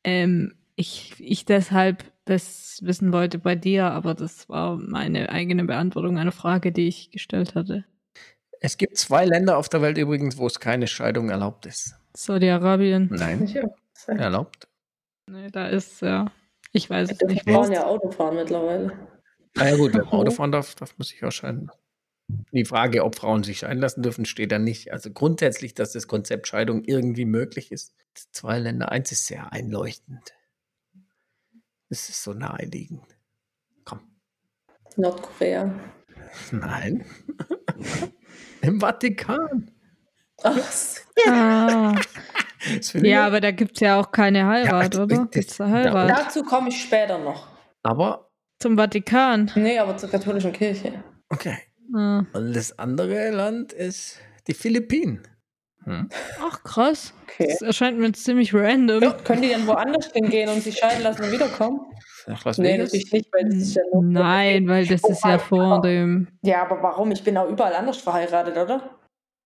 ich deshalb das wissen wollte bei dir, aber das war meine eigene Beantwortung einer Frage, die ich gestellt hatte. Es gibt 2 Länder auf der Welt übrigens, wo es keine Scheidung erlaubt ist. Saudi-Arabien. Nein, Ja. erlaubt. Nee, da ist ja, ich weiß es Dürfen nicht. Frauen ja Auto fahren mittlerweile. Na ja gut, wenn man Auto fahren darf man sich auch scheiden lassen. Die Frage, ob Frauen sich scheiden lassen dürfen, steht da nicht. Also grundsätzlich, dass das Konzept Scheidung irgendwie möglich ist. 2 Länder, eins ist sehr einleuchtend. Es ist so naheliegend. Komm. Nordkorea. Nein. Im Vatikan. Ach, Ah, Das finde ich ja, aber da gibt es ja auch keine Heirat, also, oder? das- Gibt es da Heirat? dazu komme ich später noch. aber, Zum Vatikan. Nee, aber zur katholischen Kirche. okay. Ah. Und das andere Land ist die Philippinen. Ach, krass. Okay. Das erscheint mir jetzt ziemlich random. Ja, können die dann woanders hingehen und sich scheiden lassen und wiederkommen? Nach Las Nee, Vegas? natürlich nicht, weil das ist ja nur. Nein, weil das ist ja vor dem. Ja, aber warum? Ich bin auch überall anders verheiratet, oder?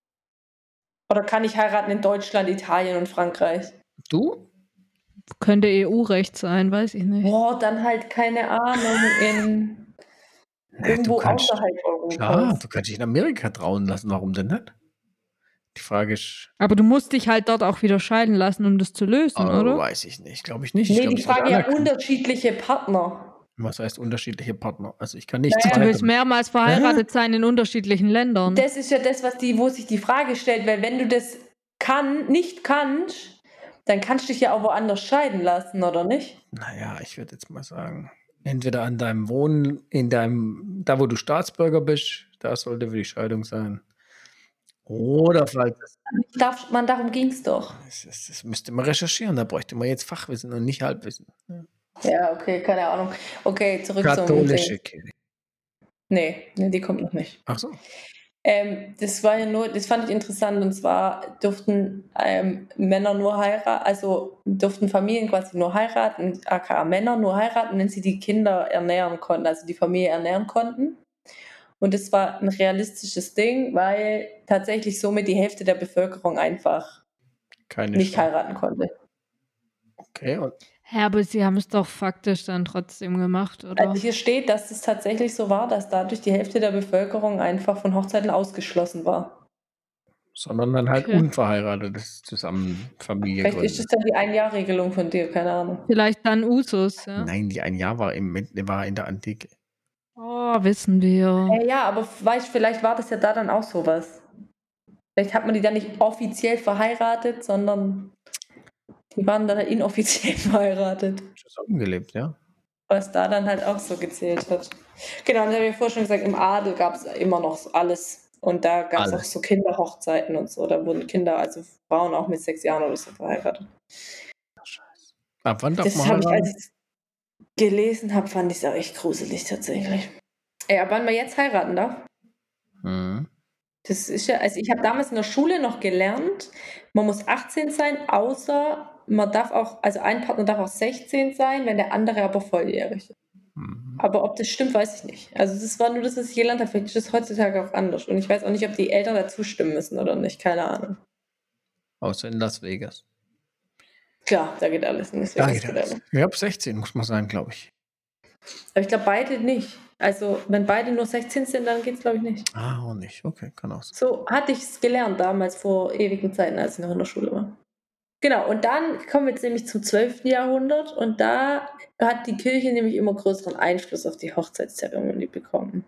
Oder kann ich heiraten in Deutschland, Italien und Frankreich? Du? Könnte EU-Recht sein, weiß ich nicht. Boah, dann halt, keine Ahnung, in Nee, irgendwo du kannst, außerhalb klar, Europas. du kannst dich in Amerika trauen lassen. Warum denn nicht? Die Frage ist, Aber du musst dich halt dort auch wieder scheiden lassen, um das zu lösen, oder? weiß ich nicht. Glaube ich nicht. Ich Nee, glaube, die es wird Frage ja anerkannt. unterschiedliche Partner. Was heißt unterschiedliche Partner? Also ich kann nicht Naja, Du willst zweite. mehrmals verheiratet sein in unterschiedlichen Ländern. Das ist ja das, wo sich die Frage stellt, weil wenn du das nicht kannst, dann kannst du dich ja auch woanders scheiden lassen, oder nicht? Naja, ich würde jetzt mal sagen, entweder an deinem Wohnen, da wo du Staatsbürger bist, da sollte für die Scheidung sein. Oder falls, Darum ging es doch. das müsste man recherchieren, da bräuchte man jetzt Fachwissen und nicht Halbwissen. Ja, okay, keine Ahnung. Okay, zurück zum Katholische Ding. Kirche. Nee, die kommt noch nicht. Ach so. Das war ja nur, das fand ich interessant, und zwar durften Männer nur heiraten, also durften Familien quasi nur heiraten, aka Männer nur heiraten, wenn sie die Kinder ernähren konnten, also die Familie ernähren konnten. Und das war ein realistisches Ding, weil tatsächlich somit die Hälfte der Bevölkerung einfach Keine nicht Chance. heiraten konnte. Okay, und Ja, aber sie haben es doch faktisch dann trotzdem gemacht, oder? Also hier steht, dass es tatsächlich so war, dass dadurch die Hälfte der Bevölkerung einfach von Hochzeiten ausgeschlossen war. sondern dann halt Okay. unverheiratetes zusammen Familie Vielleicht ist gründen. es dann die Ein-Jahr-Regelung von dir, keine Ahnung. Vielleicht dann Usus, ja. Nein, die ein Jahr war in der Antike. Oh, wissen wir. Ja, aber weißt, vielleicht war das ja da dann auch sowas. Vielleicht hat man die dann nicht offiziell verheiratet, sondern die waren dann halt inoffiziell verheiratet. Zusammengelebt, ja. Was da dann halt auch so gezählt hat. Genau, und ich habe ja vorhin schon gesagt, im Adel gab es immer noch so alles. Und da gab es auch Alles. so Kinderhochzeiten und so. Da wurden Kinder, also Frauen auch mit 6 Jahren oder so verheiratet. Ab wann darf Das man habe ich, als heiraten? ich es gelesen habe, fand ich es auch echt gruselig tatsächlich. Ey, ab wann man jetzt heiraten darf? Mhm. Das ist ja, also ich habe damals in der Schule noch gelernt, man muss 18 sein, außer man darf auch, also ein Partner darf auch 16 sein, wenn der andere aber volljährig ist. Mhm. Aber ob das stimmt, weiß ich nicht. Also das war nur das, was ich gelernt habe. Vielleicht ist das heutzutage auch anders. Und ich weiß auch nicht, ob die Eltern dazu stimmen müssen oder nicht. Keine Ahnung. Außer in Las Vegas. Klar, da geht alles. Da geht alles. Ja, ab 16 muss man sein, glaube ich. Aber ich glaube, beide nicht. Also wenn beide nur 16 sind, dann geht es, glaube ich, nicht. Ah, auch nicht. Okay, kann auch sein. So hatte ich es gelernt damals vor ewigen Zeiten, als ich noch in der Schule war. Genau, und dann kommen wir jetzt nämlich zum 12. Jahrhundert und da hat die Kirche nämlich immer größeren Einfluss auf die Hochzeitszeremonie bekommen.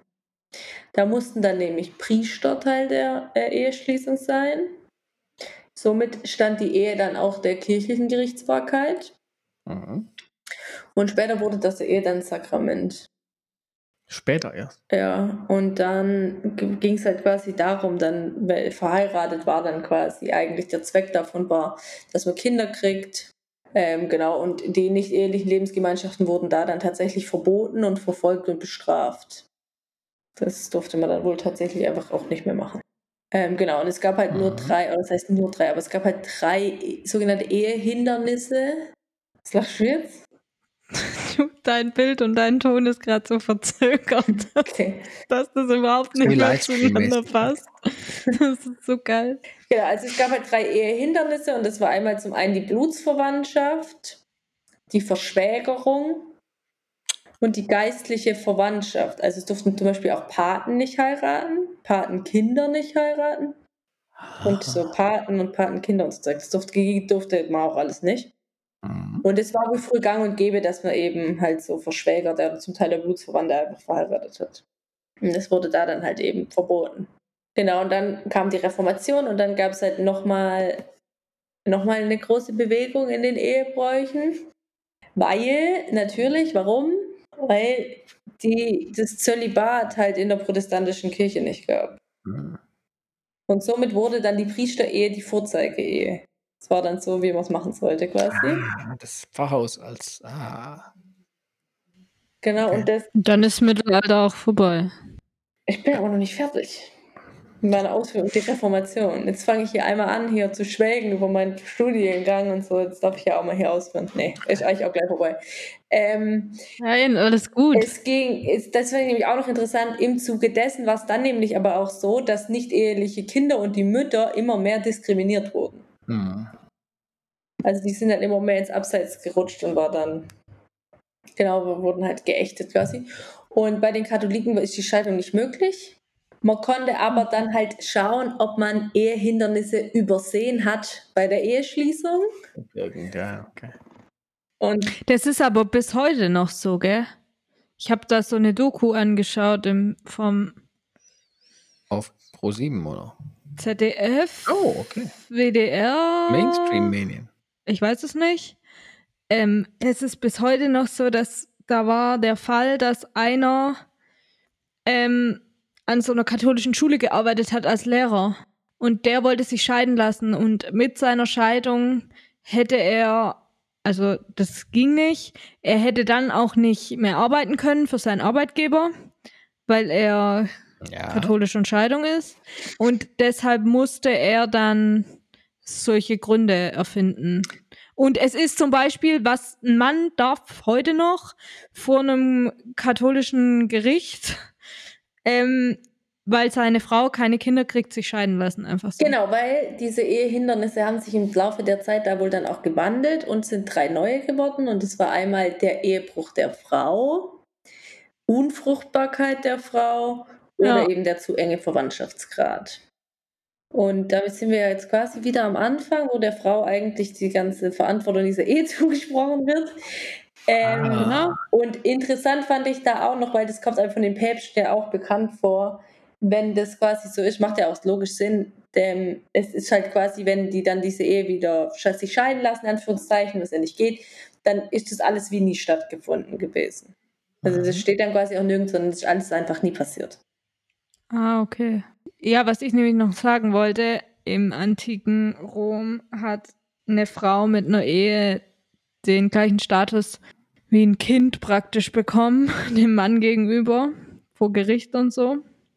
Da mussten dann nämlich Priester Teil der Eheschließung sein. Somit stand die Ehe dann auch der kirchlichen Gerichtsbarkeit. Mhm. Und später wurde das Ehe dann Sakrament. Später erst. Ja, und dann ging es halt quasi darum, dann, weil verheiratet war dann quasi eigentlich der Zweck davon war, dass man Kinder kriegt. Genau, und die nicht ehelichen Lebensgemeinschaften wurden da dann tatsächlich verboten und verfolgt und bestraft. Das durfte man dann wohl tatsächlich einfach auch nicht mehr machen. Genau, und es gab halt nur 3, oder das heißt nur 3, aber es gab halt 3 sogenannte Ehehindernisse. Was lachst du jetzt? Dein Bild und dein Ton ist gerade so verzögert, Okay. dass das überhaupt So nicht mehr Livestream-mäßig. zueinander passt. Das ist so geil. Genau, also es gab halt 3 Ehehindernisse und das war einmal zum einen die Blutsverwandtschaft, die Verschwägerung und die geistliche Verwandtschaft. Also es durften zum Beispiel auch Paten nicht heiraten, Patenkinder nicht heiraten und so Paten und Patenkinder und so Zeug. Das durfte man auch alles nicht. Mhm. Und es war wohl früh gang und gäbe, dass man eben halt so Verschwägerte oder zum Teil der Blutsverwandte einfach verheiratet hat. Und das wurde da dann halt eben verboten. Genau, und dann kam die Reformation und dann gab es halt nochmal eine große Bewegung in den Ehebräuchen. Weil, natürlich, warum? Weil das Zölibat halt in der protestantischen Kirche nicht gab. Mhm. Und somit wurde dann die Priesterehe die Vorzeigeehe. Das war dann so, wie man es machen sollte quasi. Das Pfarrhaus als. Genau, Okay. und das, Und dann ist Mittelalter auch vorbei. ich bin aber noch nicht fertig mit meiner Ausführung, die Reformation. Jetzt fange ich hier einmal an, hier zu schwelgen über meinen Studiengang und so. Jetzt darf ich ja auch mal hier ausführen. Nee, ist eigentlich auch gleich vorbei. Nein, alles gut. Das fand ich nämlich auch noch interessant, im Zuge dessen war es dann nämlich aber auch so, dass nicht eheliche Kinder und die Mütter immer mehr diskriminiert wurden. Mhm. Also die sind dann immer mehr ins Abseits gerutscht und wurden halt geächtet quasi. Und bei den Katholiken ist die Scheidung nicht möglich. Man konnte aber dann halt schauen, ob man Ehehindernisse übersehen hat bei der Eheschließung. Ja, okay. Und Das ist aber bis heute noch so, gell? Ich habe da so eine Doku angeschaut vom Auf Pro7 oder? ZDF, Oh, okay. WDR. Mainstream-Medien. Ich weiß es nicht. Es ist bis heute noch so, dass da war der Fall, dass einer an so einer katholischen Schule gearbeitet hat als Lehrer. Und der wollte sich scheiden lassen. Und mit seiner Scheidung hätte er, also das ging nicht, er hätte dann auch nicht mehr arbeiten können für seinen Arbeitgeber, weil er katholisch und Scheidung ist. Und deshalb musste er dann solche Gründe erfinden. Und es ist zum Beispiel, was ein Mann darf heute noch vor einem katholischen Gericht, weil seine Frau keine Kinder kriegt, sich scheiden lassen, einfach so. genau, weil diese Ehehindernisse haben sich im Laufe der Zeit da wohl dann auch gewandelt und sind 3 neue geworden. Und es war einmal der Ehebruch der Frau, Unfruchtbarkeit der Frau oder eben der zu enge Verwandtschaftsgrad. Und damit sind wir ja jetzt quasi wieder am Anfang, wo der Frau eigentlich die ganze Verantwortung dieser Ehe zugesprochen wird. Genau. Und interessant fand ich da auch noch, weil das kommt einem von den Päpsten ja auch bekannt vor, wenn das quasi so ist, macht ja auch logisch Sinn, denn es ist halt quasi, wenn die dann diese Ehe wieder sich scheiden lassen, in Anführungszeichen, was ja nicht geht, dann ist das alles wie nie stattgefunden gewesen. Also das steht dann quasi auch nirgends, sondern das ist alles einfach nie passiert. Ah, okay. Ja, was ich nämlich noch sagen wollte, im antiken Rom hat eine Frau mit einer Ehe den gleichen Status wie ein Kind praktisch bekommen, dem Mann gegenüber, vor Gericht und so.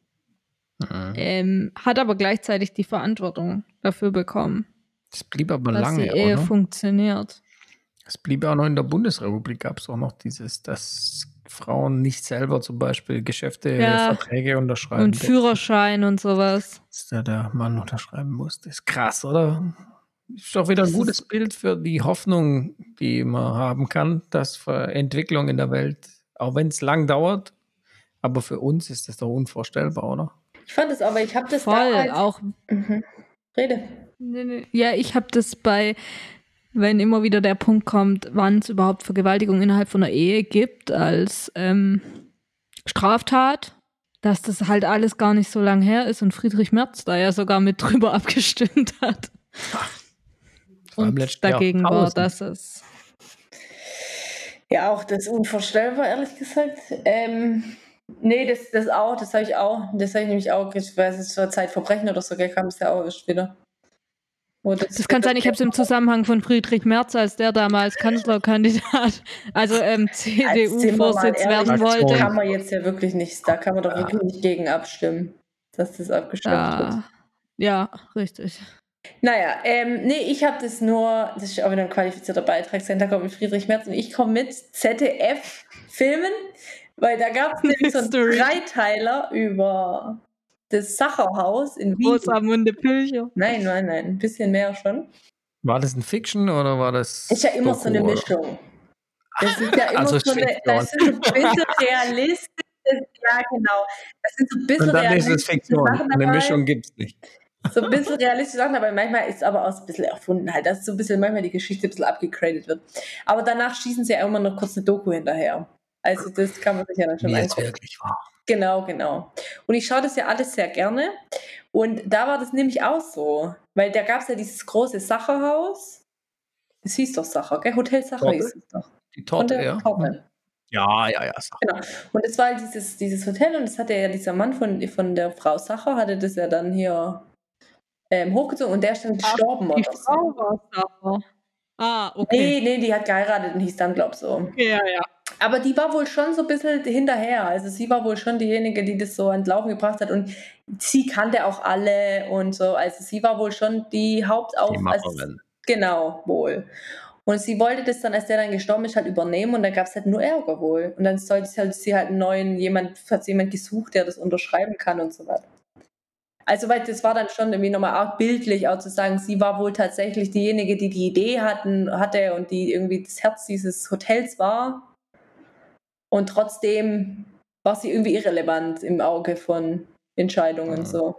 Hat aber gleichzeitig die Verantwortung dafür bekommen, Das blieb aber dass lange, die Ehe oder? funktioniert. Es blieb auch noch in der Bundesrepublik, gab es auch noch dass Frauen nicht selber zum Beispiel Geschäfte, Verträge unterschreiben. Und Führerschein und sowas. Dass da der Mann unterschreiben muss. Das ist krass, oder? Ist doch wieder ein gutes Bild für die Hoffnung, die man haben kann, dass für Entwicklung in der Welt, auch wenn es lang dauert, aber für uns ist das doch unvorstellbar, oder? Ich fand es aber, ich habe das voll damals... auch. Rede. Ja, ich habe das wenn immer wieder der Punkt kommt, wann es überhaupt Vergewaltigung innerhalb von einer Ehe gibt als Straftat, dass das halt alles gar nicht so lang her ist und Friedrich Merz da ja sogar mit drüber abgestimmt hat. Vor allem Und letztes Jahr dagegen war, 1000. dass es. Ja, auch das unvorstellbar, ehrlich gesagt. Nee, das auch, das habe ich auch. Das habe ich nämlich auch, ich weiß, es war Zeitverbrechen oder so, kam es ja auch erst wieder. Das kann sein, ich habe es im Zusammenhang von Friedrich Merz, als der damals Kanzlerkandidat, also CDU-Vorsitz werden wollte. Da kann man jetzt ja wirklich nicht, da kann man doch wirklich nicht gegen abstimmen, dass das abgeschafft wird. Ja, richtig. Naja, nee, ich habe das nur, das ist auch wieder ein qualifizierter Beitrag, da kommt mit Friedrich Merz und ich komme mit ZDF-Filmen, weil da gab es nämlich so einen Dreiteiler über das Sacherhaus in Wien. Rosamunde Pilcher. Nein, ein bisschen mehr schon. War das ein Fiction oder war das Ist ja immer Doku, so eine oder? Mischung. Das ist ja immer Also so eine, das ist so ein bisschen realistisch, ja genau, das sind so ein bisschen Und dann ist es realistische Fiktion. Sachen Eine dabei. Mischung gibt es nicht. So ein bisschen realistische Sachen, aber manchmal ist es aber auch so ein bisschen erfunden halt, dass so ein bisschen manchmal die Geschichte ein bisschen abgegradet wird. Aber danach schießen sie ja immer noch kurz eine Doku hinterher. Also das kann man sich ja dann schon Wie es angucken. wirklich war. Genau. Und ich schaue das ja alles sehr gerne. Und da war das nämlich auch so. Weil da gab es ja dieses große Sacherhaus. Es hieß doch Sacher, gell? Hotel Sacher Torte? hieß es doch. Die Torte, ja. Torte. Ja. Sacher. Genau. Und es war halt dieses Hotel und das hatte ja dieser Mann von der Frau Sacher, hatte das ja dann hier hochgezogen und der ist dann gestorben Die oder so. Frau war Sacher. Okay. Nee, die hat geheiratet und hieß dann, glaub ich, so. Ja. Aber die war wohl schon so ein bisschen hinterher. Also sie war wohl schon diejenige, die das so ans Laufen gebracht hat und sie kannte auch alle und so. Also sie war wohl schon die Macherin. Genau, wohl. Und sie wollte das dann, als der dann gestorben ist, halt übernehmen und da gab es halt nur Ärger wohl. Und dann sollte sie halt jemand gesucht, der das unterschreiben kann und so weiter. Also, weil das war dann schon irgendwie nochmal auch bildlich, auch zu sagen, sie war wohl tatsächlich diejenige, die die Idee hatte und die irgendwie das Herz dieses Hotels war. Und trotzdem war sie irgendwie irrelevant im Auge von Entscheidungen so.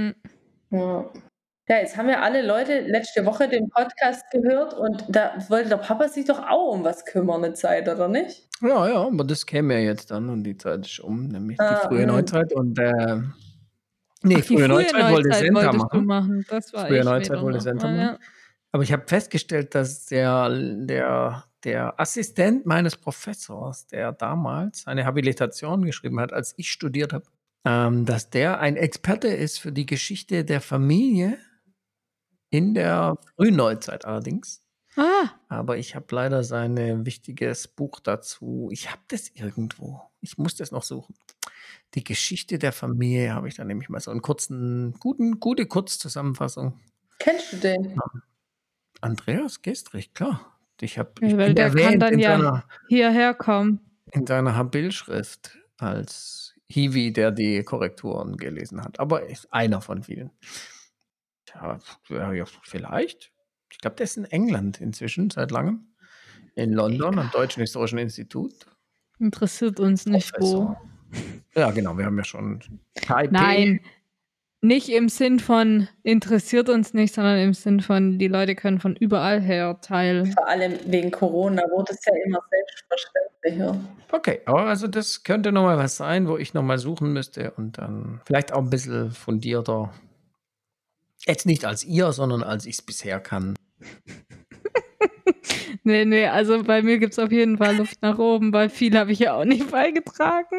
Ja, jetzt haben ja alle Leute letzte Woche den Podcast gehört und da wollte der Papa sich doch auch um was kümmern, eine Zeit, oder nicht? Ja, aber das käme ja jetzt dann und die Zeit ist um, nämlich die frühe Neuzeit und frühe Neuzeit wollte Senta machen. Das war frühe ich Neuzeit wollte Senta machen. Ja. Aber ich habe festgestellt, dass der Assistent meines Professors, der damals eine Habilitation geschrieben hat, als ich studiert habe, dass der ein Experte ist für die Geschichte der Familie in der frühen Neuzeit allerdings. Aber ich habe leider sein wichtiges Buch dazu. Ich habe das irgendwo. Ich muss das noch suchen. Die Geschichte der Familie habe ich dann nämlich mal so einen gute Kurzzusammenfassung. Kennst du den? Andreas Gestrich, klar. Ich weil der kann dann ja hierher kommen. In seiner Habil-Schrift als Hiwi, der die Korrekturen gelesen hat. Aber ist einer von vielen. Ja, vielleicht. Ich glaube, der ist in England inzwischen seit langem. In London am Deutschen Historischen Institut. Interessiert uns nicht Professor. Wo. Ja, genau, wir haben ja schon Taipei. Nein, nicht im Sinn von interessiert uns nicht, sondern im Sinn von, die Leute können von überall her teilen. Vor allem wegen Corona wurde es ja immer selbstverständlicher. Okay, aber also das könnte nochmal was sein, wo ich nochmal suchen müsste und dann vielleicht auch ein bisschen fundierter. Jetzt nicht als ihr, sondern als ich es bisher kann. Nee, also bei mir gibt es auf jeden Fall Luft nach oben, weil viel habe ich ja auch nicht beigetragen.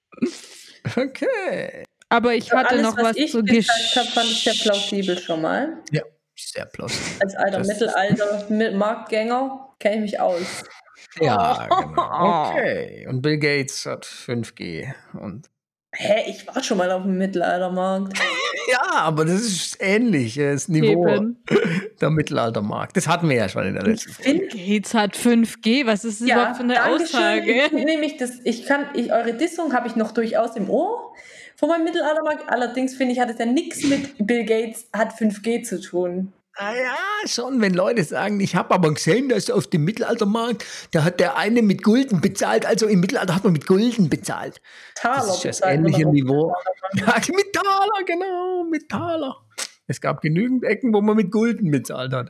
Okay. Aber ich hatte alles, noch was zu gesagt habe, fand ich sehr plausibel schon mal. Ja, sehr plausibel. Als alter Mittelalter-Marktgänger kenne ich mich aus. Ja, genau. Okay. Und Bill Gates hat 5G und ich war schon mal auf dem Mittelaltermarkt. Ja, aber das ist ähnlich, das Niveau der Mittelaltermarkt. Das hatten wir ja schon in der letzten Folge. Gates hat 5G, was ist das überhaupt für eine Aussage? Eure Dissung habe ich noch durchaus im Ohr von meinem Mittelaltermarkt. Allerdings finde ich, hat es ja nichts mit Bill Gates hat 5G zu tun. Ja, schon, wenn Leute sagen, ich habe aber gesehen, dass auf dem Mittelaltermarkt, da hat der eine mit Gulden bezahlt, also im Mittelalter hat man mit Gulden bezahlt. Taler. Das ist das ähnliche Niveau. Ja, mit Taler, genau, mit Taler. Es gab genügend Ecken, wo man mit Gulden bezahlt hat.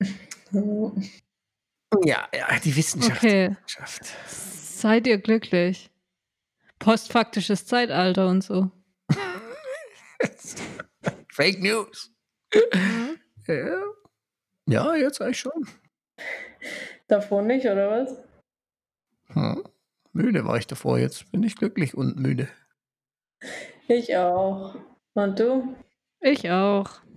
Ja, die Wissenschaft. Okay. Seid ihr glücklich? Postfaktisches Zeitalter und so. Fake News. Ja. Ja, jetzt eigentlich schon. Davor nicht, oder was? Müde war ich davor, jetzt bin ich glücklich und müde. Ich auch. Und du? Ich auch.